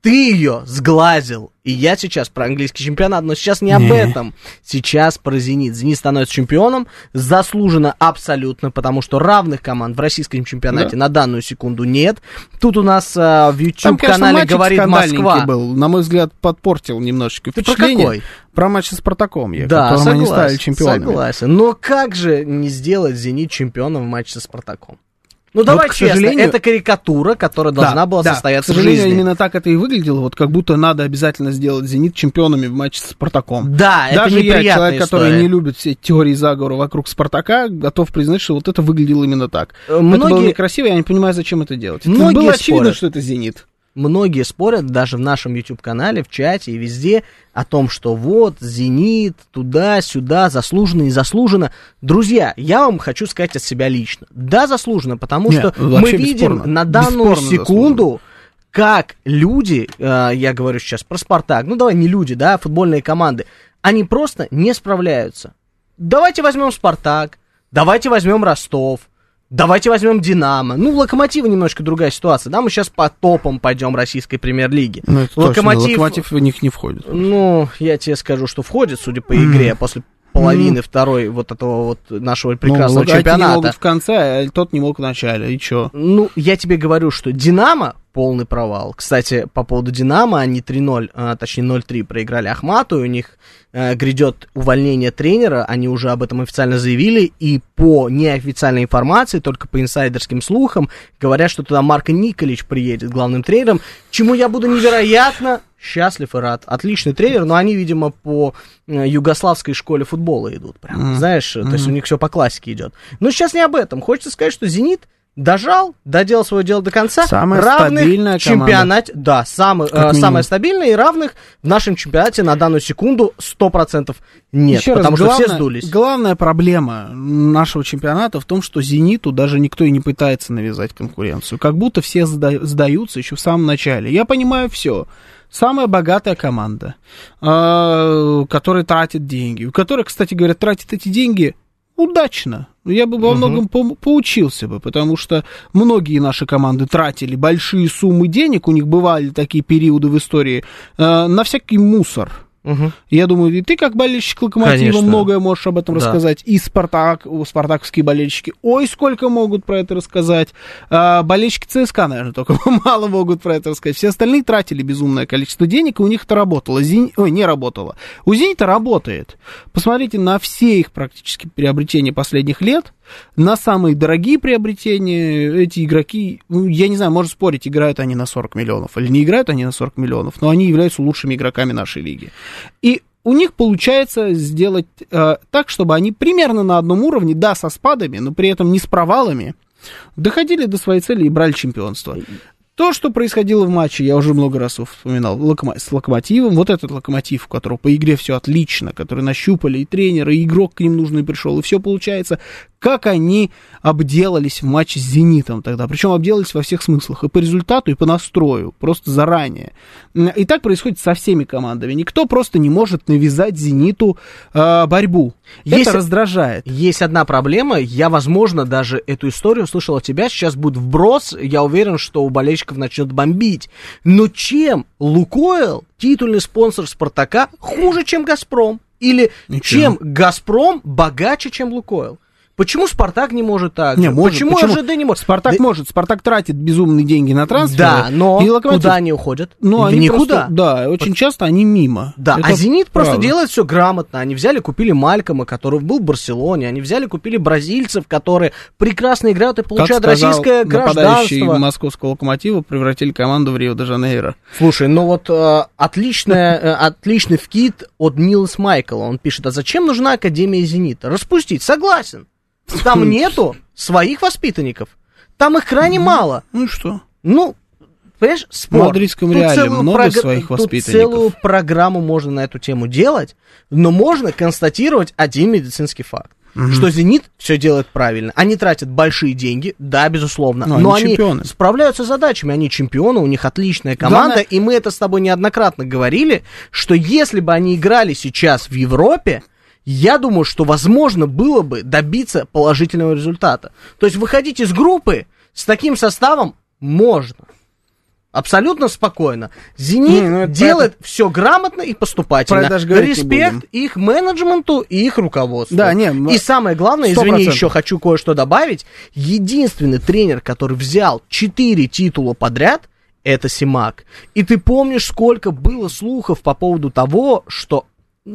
Ты ее сглазил. И я сейчас про английский чемпионат, но сейчас не об этом. Сейчас про «Зенит». «Зенит» становится чемпионом, заслуженно абсолютно, потому что равных команд в российском чемпионате на данную секунду нет. Тут у нас в YouTube-канале «Говорит Москва». Был, на мой взгляд, подпортил немножечко впечатление. Ты про какой? Про матч со «Спартаком», да, которым они стали чемпионами. Согласен. Но как же не сделать «Зенит» чемпионом в матче со «Спартаком»? Ну, давай честно, это карикатура, которая должна была состояться в жизни. К сожалению, именно так это и выглядело, вот как будто надо обязательно сделать «Зенит» чемпионами в матче с «Спартаком». Да, даже это неприятная я, человек, история. который не любит все теории заговора вокруг «Спартака», готов признать, что вот это выглядело именно так. Это было некрасиво, я не понимаю, зачем это делать. Было очевидно, что это «Зенит». Многие спорят, даже в нашем YouTube-канале, в чате и везде, о том, что вот, «Зенит», туда-сюда, заслуженно и заслуженно. Друзья, я вам хочу сказать от себя лично. Да, заслуженно, потому что мы видим на данную секунду, как люди, я говорю сейчас про «Спартак», ну давай не люди, да, футбольные команды, они просто не справляются. Давайте возьмем «Спартак», давайте возьмем «Ростов», давайте возьмем «Динамо». Ну, «Локомотива» немножко другая ситуация. Да, мы сейчас по топам пойдем российской премьер-лиги. Ну, это «Локомотив» в них не входит. Ну, я тебе скажу, что входит, судя по игре, после половины второй вот этого вот нашего прекрасного чемпионата. Они могут в конце, а тот не мог в начале, и чё? Ну, я тебе говорю, что «Динамо» полный провал. Кстати, по поводу «Динамо», они 3-0, точнее 0-3 проиграли Ахмату, у них грядет увольнение тренера, они уже об этом официально заявили, и по неофициальной информации, только по инсайдерским слухам, говорят, что туда Марко Николич приедет главным тренером, чему я буду невероятно счастлив и рад. Отличный тренер, но они, видимо, по югославской школе футбола идут, прям, знаешь, то есть у них все по классике идет. Но сейчас не об этом. Хочется сказать, что «Зенит» дожал, доделал свое дело до конца. Самая равных стабильная в чемпионате, да, самая стабильная, и равных в нашем чемпионате на данную секунду 100% нет, еще потому раз, что все сдулись. Главная проблема нашего чемпионата в том, что «Зениту» даже никто и не пытается навязать конкуренцию. Как будто все сдаются еще в самом начале. Я понимаю все. Самая богатая команда, которая тратит деньги, которая, кстати говоря, тратит эти деньги удачно. Я бы во многом поучился бы, потому что многие наши команды тратили большие суммы денег, у них бывали такие периоды в истории, на всякий мусор. Я думаю, и ты, как болельщик «Локомотива», конечно, многое можешь об этом рассказать. И спартаковские болельщики, ой, сколько могут про это рассказать. Болельщики ЦСКА, наверное, только мало могут про это рассказать. Все остальные тратили безумное количество денег, и у них это работало. Не работало. У «Зенита» работает. Посмотрите на все их практически приобретения последних лет. На самые дорогие приобретения эти игроки, я не знаю, можно спорить, играют они на 40 миллионов или не играют они на 40 миллионов, но они являются лучшими игроками нашей лиги. И у них получается сделать так, чтобы они примерно на одном уровне, да, со спадами, но при этом не с провалами, доходили до своей цели и брали чемпионство. То, что происходило в матче, я уже много раз вспоминал, с «Локомотивом». Вот этот «Локомотив», у которого по игре все отлично, который нащупали и тренера, и игрок к ним нужный пришел, и все получается. Как они обделались в матче с «Зенитом» тогда. Причем обделались во всех смыслах. И по результату, и по настрою. Просто заранее. И так происходит со всеми командами. Никто просто не может навязать «Зениту» борьбу. Это раздражает. Есть одна проблема. Я, возможно, даже эту историю услышал от тебя. Сейчас будет вброс. Я уверен, что у болельщиков начнет бомбить. Но чем «Лукойл», титульный спонсор «Спартака», хуже, чем «Газпром»? Или чем «Газпром» богаче, чем «Лукойл»? Почему «Спартак» не может так же? Почему РЖД не может? «Спартак» может. «Спартак» тратит безумные деньги на трансферы. Да, но куда они уходят? Они никуда. Да, очень часто они мимо. Да, это «Зенит» просто делает все грамотно. Они взяли, купили Малькома, который был в Барселоне. Они взяли, купили бразильцев, которые прекрасно играют и получают российское гражданство. Нападающие московского «Локомотива» превратили команду в Рио-де-Жанейро. Слушай, ну вот отличный вкид от Нилс Майкла. Он пишет, а зачем нужна Академия «Зенита»? Распустить, согласен. Там нету своих воспитанников. Там их крайне мало. Ну и что? Ну, понимаешь, спорт. В мадридском Реале много своих воспитанников. Тут целую программу можно на эту тему делать, но можно констатировать один медицинский факт. Что «Зенит» все делает правильно. Они тратят большие деньги, да, безусловно. Но они справляются с задачами. Они чемпионы, у них отличная команда. И мы это с тобой неоднократно говорили, что если бы они играли сейчас в Европе, я думаю, что возможно было бы добиться положительного результата. То есть выходить из группы с таким составом можно. Абсолютно спокойно. «Зенит» делает все грамотно и поступательно. Респект их менеджменту и их руководству. Да, и самое главное, 100%. Извини, еще хочу кое-что добавить. Единственный тренер, который взял 4 титула подряд, это Симак. И ты помнишь, сколько было слухов по поводу того, что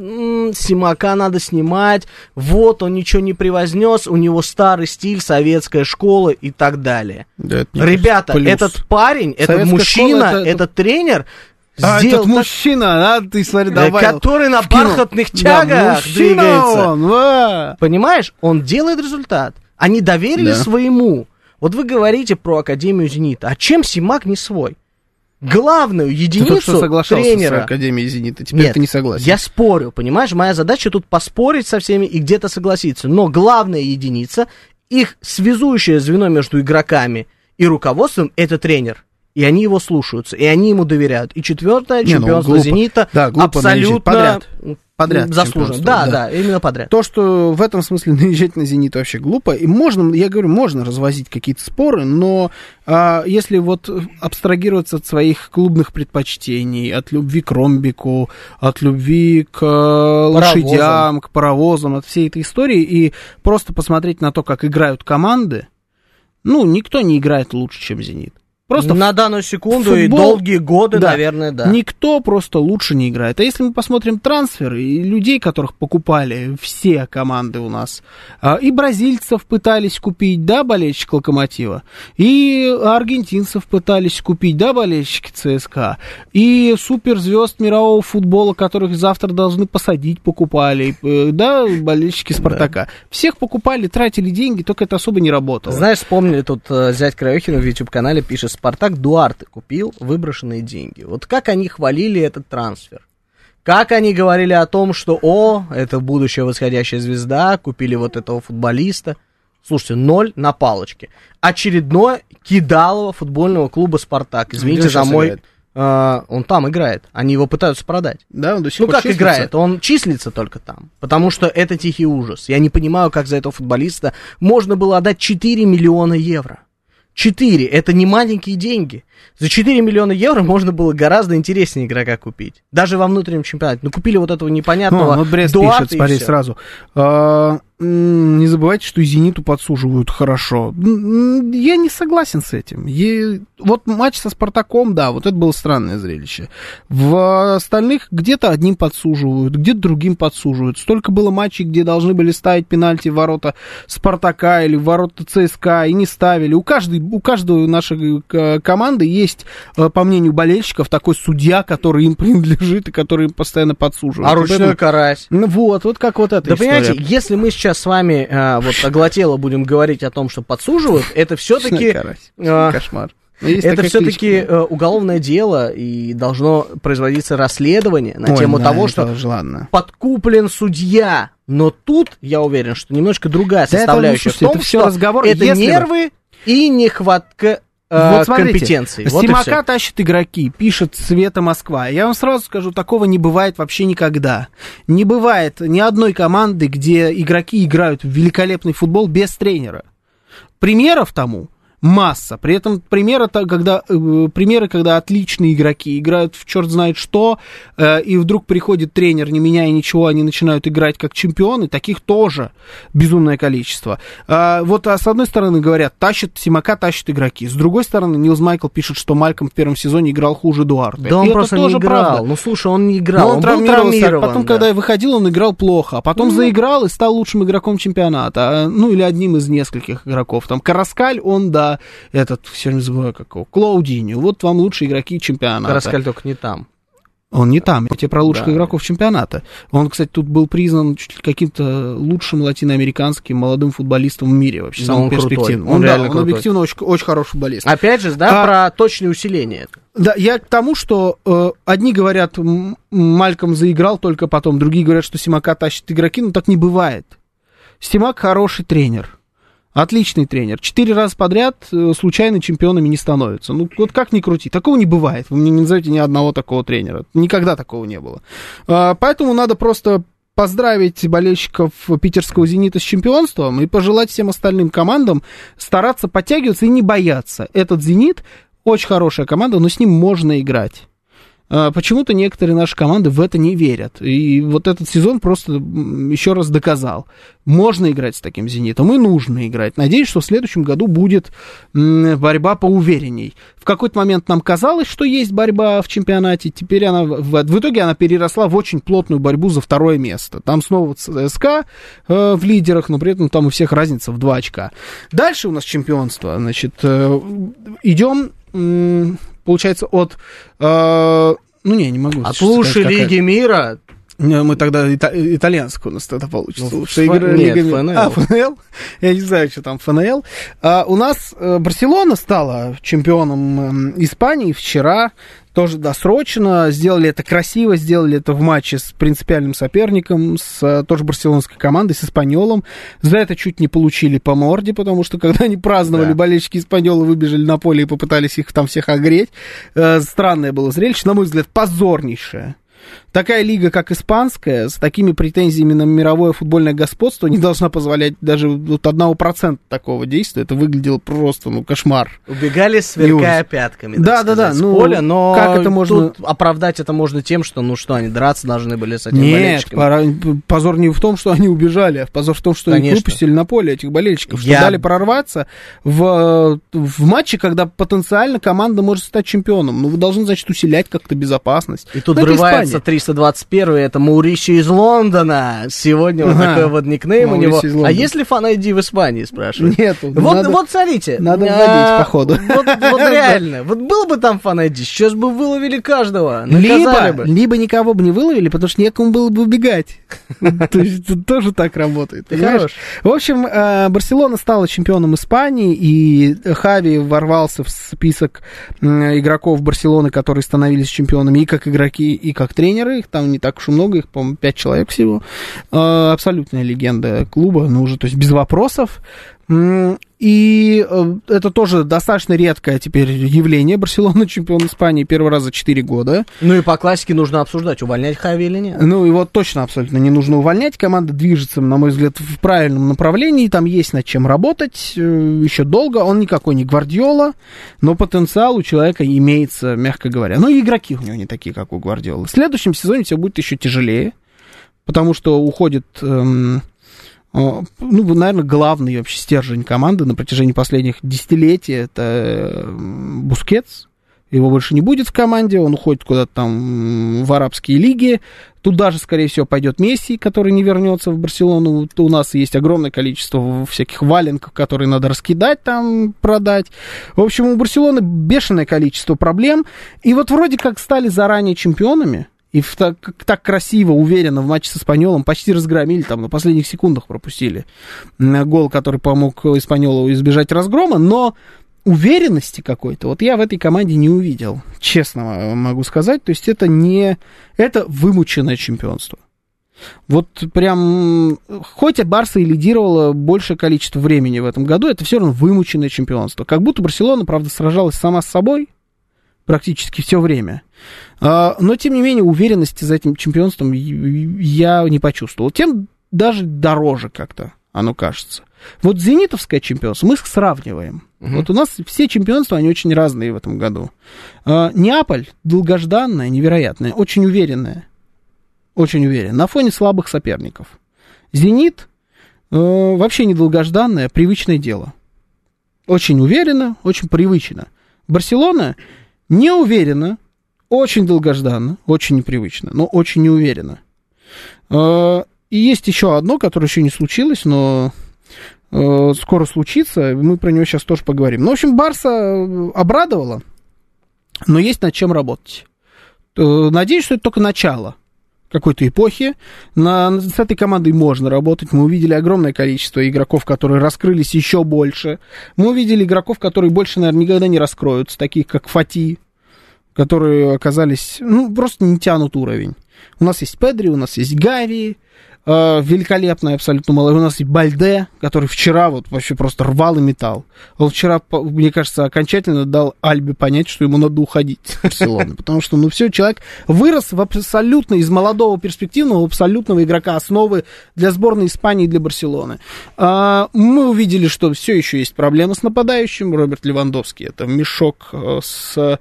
Симака надо снимать, вот он ничего не превознес, у него старый стиль, советская школа и так далее. Да, ребята, этот парень, этот мужчина, этот тренер этот мужчина, ты смотри, добавил. Который на бархатных тягах двигается. Понимаешь, он делает результат. Они доверили своему. Вот вы говорите про Академию «Зенита», а чем Симак не свой? Главную единицу тренера... с Академией «Зенита», теперь ты не согласен. Я спорю, понимаешь, моя задача тут поспорить со всеми и где-то согласиться. Но главная единица, их связующее звено между игроками и руководством, это тренер. И они его слушаются, и они ему доверяют. И четвертое, чемпионство «Зенита» абсолютно... Подряд. Заслуженно. Да, именно подряд. То, что в этом смысле наезжать на «Зенит» вообще глупо. И можно, я говорю, можно развозить какие-то споры, но если вот абстрагироваться от своих клубных предпочтений, от любви к ромбику, от любви к лошадям, к паровозам, от всей этой истории, и просто посмотреть на то, как играют команды, никто не играет лучше, чем «Зенит». Просто на данную секунду и долгие годы, наверное, да. Никто просто лучше не играет. А если мы посмотрим трансферы и людей, которых покупали все команды у нас, и бразильцев пытались купить, болельщик «Локомотива», и аргентинцев пытались купить, болельщики ЦСКА, и суперзвезд мирового футбола, которых завтра должны посадить, покупали, болельщики «Спартака». Да. Всех покупали, тратили деньги, только это особо не работало. Знаешь, вспомнили тут зять Краехина в YouTube-канале, пишет: «Спартак Дуарте купил выброшенные деньги». Вот как они хвалили этот трансфер. Как они говорили о том, что, это будущая восходящая звезда, купили вот этого футболиста. Слушайте, 0 на палочке. Очередное кидалово футбольного клуба «Спартак». Извините за мой... он там играет. Они его пытаются продать. Да, он до сих пор как числится? Играет? Он числится только там. Потому что это тихий ужас. Я не понимаю, как за этого футболиста можно было отдать 4 миллиона евро. 4, это не маленькие деньги. За 4 миллиона евро можно было гораздо интереснее игрока купить. Даже во внутреннем чемпионате. Купили вот этого непонятного Брест пишет, смотри, сразу. Не забывайте, что и «Зениту» подсуживают хорошо. Я не согласен с этим. Вот матч со «Спартаком», вот это было странное зрелище. В остальных где-то одним подсуживают, где-то другим подсуживают. Столько было матчей, где должны были ставить пенальти в ворота «Спартака» или в ворота ЦСКА, и не ставили. У каждой нашей команды есть, по мнению болельщиков, такой судья, который им принадлежит и который им постоянно подсуживает. А ручной карась? Вот как вот эта история. Да понимаете, если мы сейчас с вами оглотело будем говорить о том, что подсуживают, это все-таки... Кошмар. Это все-таки уголовное дело, и должно производиться расследование на тему того, что подкуплен судья. Но тут, я уверен, что немножко другая составляющая в том, что это нервы и нехватка компетенции. Симака тащит игроки, пишет Света Москва. Я вам сразу скажу, такого не бывает вообще никогда. Не бывает ни одной команды, где игроки играют в великолепный футбол без тренера. Примеров тому масса. При этом примеры, когда отличные игроки играют в черт знает что, и вдруг приходит тренер, не меняя ничего, они начинают играть как чемпионы, таких тоже безумное количество. С одной стороны говорят, Симака тащит игроки. С другой стороны, Нилс Майкл пишет, что Мальком в первом сезоне играл хуже Дуарте. Да, он просто не играл. Правда. Слушай, он не играл. Он был травмирован. Потом, когда выходил, он играл плохо. А потом заиграл и стал лучшим игроком чемпионата. Или одним из нескольких игроков. Там Караскаль, он, все не забываю какого, Клаудиньо. Вот вам лучшие игроки чемпионата. Караскаль только не там. Он не там, я тебе про лучших игроков чемпионата. Он, кстати, тут был признан чуть ли каким-то лучшим латиноамериканским молодым футболистом в мире, вообще самым перспективным. Он объективно очень хороший футболист. Опять же, про точное усиление. Да, я к тому, что одни говорят, Мальком заиграл только потом, другие говорят, что Симака тащит игроки, но так не бывает. Симак хороший тренер. Отличный тренер. 4 раза подряд случайно чемпионами не становятся. Вот как ни крути, такого не бывает. Вы мне не назовете ни одного такого тренера. Никогда такого не было. Поэтому надо просто поздравить болельщиков питерского «Зенита» с чемпионством и пожелать всем остальным командам стараться подтягиваться и не бояться. Этот «Зенит» очень хорошая команда, но с ним можно играть. Почему-то некоторые наши команды в это не верят. И вот этот сезон просто еще раз доказал. Можно играть с таким «Зенитом», и нужно играть. Надеюсь, что в следующем году будет борьба поуверенней. В какой-то момент нам казалось, что есть борьба в чемпионате. Теперь она в итоге она переросла в очень плотную борьбу за второе место. Там снова ЦСКА в лидерах, но при этом там у всех разница в 2 очка. Дальше у нас чемпионство. Значит, идем... Получается, от... не могу. От лучшей лиги мира... Мы тогда итальянскую у нас тогда получится. ФНЛ. ФНЛ? Я не знаю, что там ФНЛ. У нас Барселона стала чемпионом Испании вчера. Тоже досрочно. Сделали это красиво, сделали это в матче с принципиальным соперником, с тоже барселонской командой, с Эспаньолом. За это чуть не получили по морде, потому что когда они праздновали, болельщики Эспаньола выбежали на поле и попытались их там всех огреть. Странное было зрелище, на мой взгляд, позорнейшее. Такая лига, как испанская, с такими претензиями на мировое футбольное господство не должна позволять даже 1% такого действия. Это выглядело просто, кошмар. Убегали, сверкая пятками, да, с поля, но как это можно... тут оправдать это можно тем, что, они драться должны были с этими болельщиками. Нет, позор не в том, что они убежали, а позор в том, что их выпустили на поле, этих болельщиков, что дали прорваться в матче, когда потенциально команда может стать чемпионом. Вы должны, значит, усилять как-то безопасность. И тут врывается 321-й, это Маурисио из Лондона. Сегодня вот такой вот никнейм Маурисио у него. А есть ли фан-айди в Испании, спрашивают? Нету. Вот смотрите. Надо вводить, походу. Вот реально. Вот был бы там фан-айди, сейчас бы выловили каждого. Либо никого бы не выловили, потому что некому было бы убегать. То есть это тоже так работает. В общем, Барселона стала чемпионом Испании, и Хави ворвался в список игроков Барселоны, которые становились чемпионами и как игроки, и как тренеры. Их там не так уж и много, их, по-моему, 5 человек всего. Абсолютная легенда клуба, уже, то есть без вопросов. И это тоже достаточно редкое теперь явление. Барселона чемпион Испании первый раз за 4 года. И по классике нужно обсуждать, увольнять Хави или нет. Его точно абсолютно не нужно увольнять. Команда движется, на мой взгляд, в правильном направлении. Там есть над чем работать еще долго. Он никакой не Гвардиола, но потенциал у человека имеется, мягко говоря. И игроки у него не такие, как у Гвардиолы. В следующем сезоне все будет еще тяжелее, потому что уходит... наверное, главный вообще стержень команды на протяжении последних десятилетий — это Бускетс. Его больше не будет в команде, он уходит куда-то там в арабские лиги. Туда же, скорее всего, пойдет Месси, который не вернется в Барселону. У нас есть огромное количество всяких валенков, которые надо раскидать там, продать. В общем, у Барселоны бешеное количество проблем. И вот вроде как стали заранее чемпионами, и так красиво, уверенно в матче с Эспаньолом почти разгромили, там на последних секундах пропустили гол, который помог Эспаньолу избежать разгрома, но уверенности какой-то я в этой команде не увидел, честно могу сказать. То есть это вымученное чемпионство. Вот прям, хоть Барса и лидировала большее количество времени в этом году, это все равно вымученное чемпионство. Как будто Барселона, правда, сражалась сама с собой практически все время. Но, тем не менее, уверенности за этим чемпионством я не почувствовал. Тем даже дороже как-то оно кажется. Вот зенитовское чемпионство мы сравниваем. Вот у нас все чемпионства, они очень разные в этом году. Неаполь долгожданное, невероятное, очень уверенное. Очень уверен. На фоне слабых соперников. Зенит вообще недолгожданное, привычное дело. Очень уверенно, очень привычно. Барселона не уверена, очень долгожданно, очень непривычно, но очень неуверенно. И есть еще одно, которое еще не случилось, но скоро случится, мы про него сейчас тоже поговорим. В общем, Барса обрадовала, но есть над чем работать. Надеюсь, что это только начало какой-то эпохи. С этой командой можно работать. Мы увидели огромное количество игроков, которые раскрылись еще больше. Мы увидели игроков, которые больше, наверное, никогда не раскроются, таких как Фати, которые оказались, просто не тянут уровень. У нас есть Педри, у нас есть Гави, великолепный абсолютно молодой. У нас есть Бальде, который вчера вот вообще просто рвал и метал. Он вчера, мне кажется, окончательно дал Альбе понять, что ему надо уходить из Барселоны. Потому что, все, человек вырос в абсолютно из молодого перспективного, абсолютного игрока основы для сборной Испании и для Барселоны. Мы увидели, что все еще есть проблема с нападающим. Роберт Левандовский, это мешок с...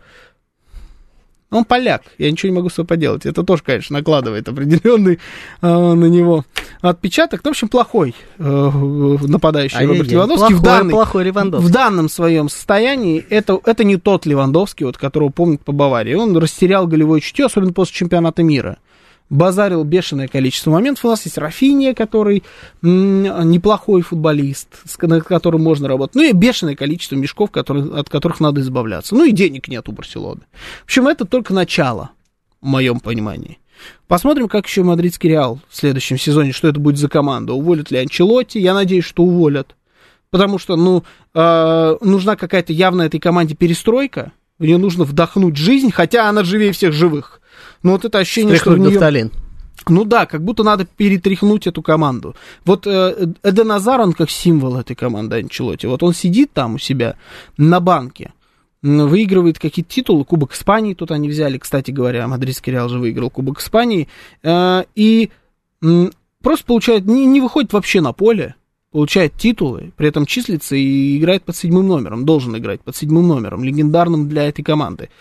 Он поляк, я ничего не могу с собой поделать. Это тоже, конечно, накладывает определенный на него отпечаток. Ну, в общем, плохой нападающий Роберт Левандовский. Плохой Левандовский. В данном своем состоянии это не тот Левандовский, вот, которого помнят по Баварии. Он растерял голевое чутье, особенно после чемпионата мира. Базарил бешеное количество моментов. У нас есть Рафинья, который неплохой футболист, над которым можно работать. Ну и бешеное количество мешков, от которых надо избавляться. Ну и денег нет у Барселоны. В общем, это только начало, в моем понимании. Посмотрим, как еще мадридский Реал в следующем сезоне, что это будет за команда. Уволят ли Анчелотти? Я надеюсь, что уволят. Потому что, нужна какая-то явная этой команде перестройка. В нее нужно вдохнуть жизнь, хотя она живее всех живых. Но вот это ощущение, что в нее... Ну да, как будто надо перетряхнуть эту команду. Вот Эден Азар, он как символ этой команды Анчелотти. Вот он сидит там у себя на банке, выигрывает какие-то титулы, Кубок Испании тут они взяли, кстати говоря, мадридский Реал же выиграл Кубок Испании, и просто получает, не выходит вообще на поле, получает титулы, при этом числится и играет под 7 номером, должен играть под 7 номером, легендарным для этой команды.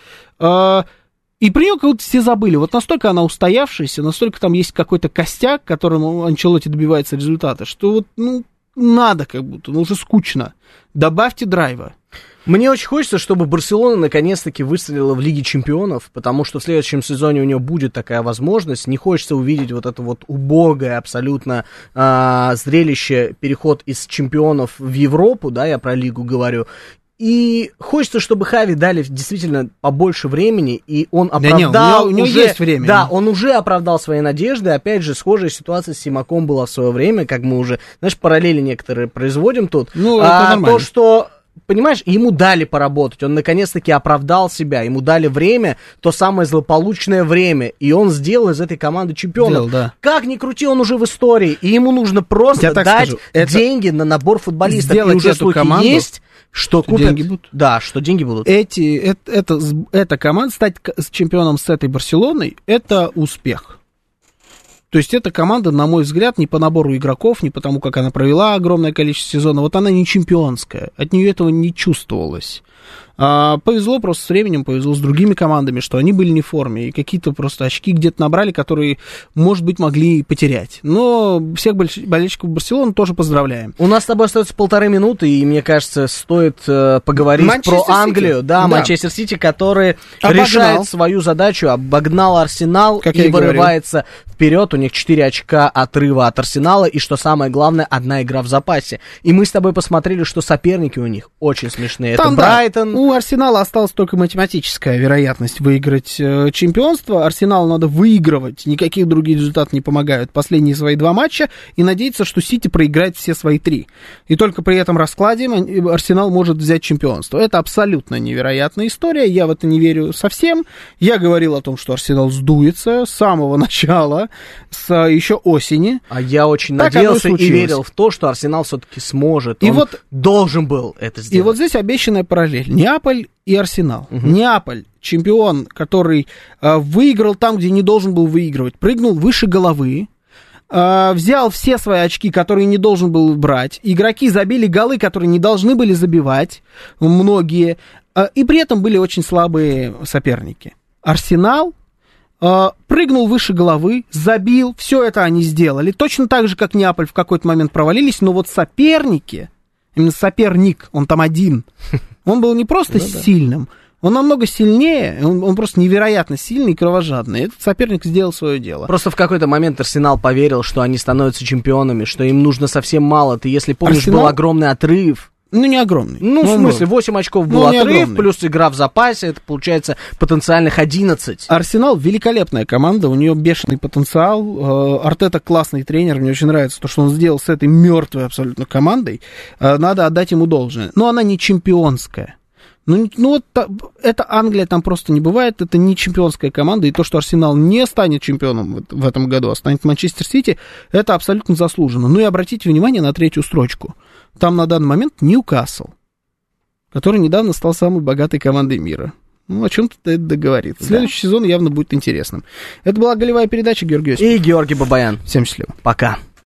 И при нем как будто все забыли. Вот настолько она устоявшаяся, настолько там есть какой-то костяк, которым Анчелотти добивается результата, что вот, надо как будто, уже скучно. Добавьте драйва. Мне очень хочется, чтобы Барселона наконец-таки выстрелила в Лиге Чемпионов, потому что в следующем сезоне у нее будет такая возможность. Не хочется увидеть вот это вот убогое абсолютно зрелище, переход из чемпионов в Европу, да, я про Лигу говорю. И хочется, чтобы Хави дали действительно побольше времени, и он оправдал... у него есть время. Да, он уже оправдал свои надежды. Опять же, схожая ситуация с Симаком была в свое время, как мы уже, параллели некоторые производим тут. Это нормально. То, что... Понимаешь, ему дали поработать, он наконец-таки оправдал себя, ему дали время, то самое злополучное время, и он сделал из этой команды чемпионов. Да. Как ни крути, он уже в истории, и ему нужно просто дать деньги на набор футболистов. И уже слухи есть, что купят... Деньги будут. Да, что деньги будут. Эта команда, стать чемпионом с этой Барселоной, это успех. То есть эта команда, на мой взгляд, не по набору игроков, не потому, как она провела огромное количество сезонов, вот она не чемпионская, от нее этого не чувствовалось. Повезло просто с временем, повезло с другими командами, что они были не в форме, и какие-то просто очки где-то набрали, которые, может быть, могли потерять. Но всех болельщиков Барселоны тоже поздравляем. У нас с тобой остается 1,5 минуты, и, мне кажется, стоит поговорить про Англию. Да, Манчестер Сити, который решает свою задачу, обогнал Арсенал и вырывается вперед. У них 4 очка отрыва от Арсенала, и, что самое главное, 1 игра в запасе. И мы с тобой посмотрели, что соперники у них очень смешные. Там, это Брайтон. У Арсенала осталась только математическая вероятность выиграть чемпионство. Арсеналу надо выигрывать, никаких других результатов не помогают. Последние свои 2 матча, и надеяться, что Сити проиграет все свои 3. И только при этом раскладе Арсенал может взять чемпионство. Это абсолютно невероятная история, я в это не верю совсем. Я говорил о том, что Арсенал сдуется с самого начала, с еще осени. А я очень надеялся и верил в то, что Арсенал все-таки сможет. Он должен был это сделать. И вот здесь обещанная параллель. Неаполь и Арсенал. Неаполь, чемпион, который выиграл там, где не должен был выигрывать, прыгнул выше головы, взял все свои очки, которые не должен был брать, игроки забили голы, которые не должны были забивать, многие, и при этом были очень слабые соперники. Арсенал прыгнул выше головы, забил, все это они сделали, точно так же, как Неаполь в какой-то момент провалились, но вот соперники, именно соперник, он там один, он был не просто сильным, он намного сильнее, он просто невероятно сильный и кровожадный. Этот соперник сделал свое дело. Просто в какой-то момент Арсенал поверил, что они становятся чемпионами, что им нужно совсем мало. Ты, если помнишь, был огромный отрыв. Ну, не огромный. Ну, в смысле, 8 очков был отрыв, плюс игра в запасе, это получается потенциальных 11. Арсенал великолепная команда, у нее бешеный потенциал. Артета классный тренер, мне очень нравится то, что он сделал с этой мертвой абсолютно командой. Надо отдать ему должное. Но она не чемпионская. Ну вот это Англия, там просто не бывает, это не чемпионская команда, и то, что Арсенал не станет чемпионом в этом году, а станет Манчестер Сити, это абсолютно заслуженно. Ну и обратите внимание на третью строчку. Там на данный момент Ньюкасл, который недавно стал самой богатой командой мира. Ну, о чем-то это договорит. Следующий сезон явно будет интересным. Это была голевая передача, Георгий Осипов. И Георгий Бабаян. Всем счастливо. Пока.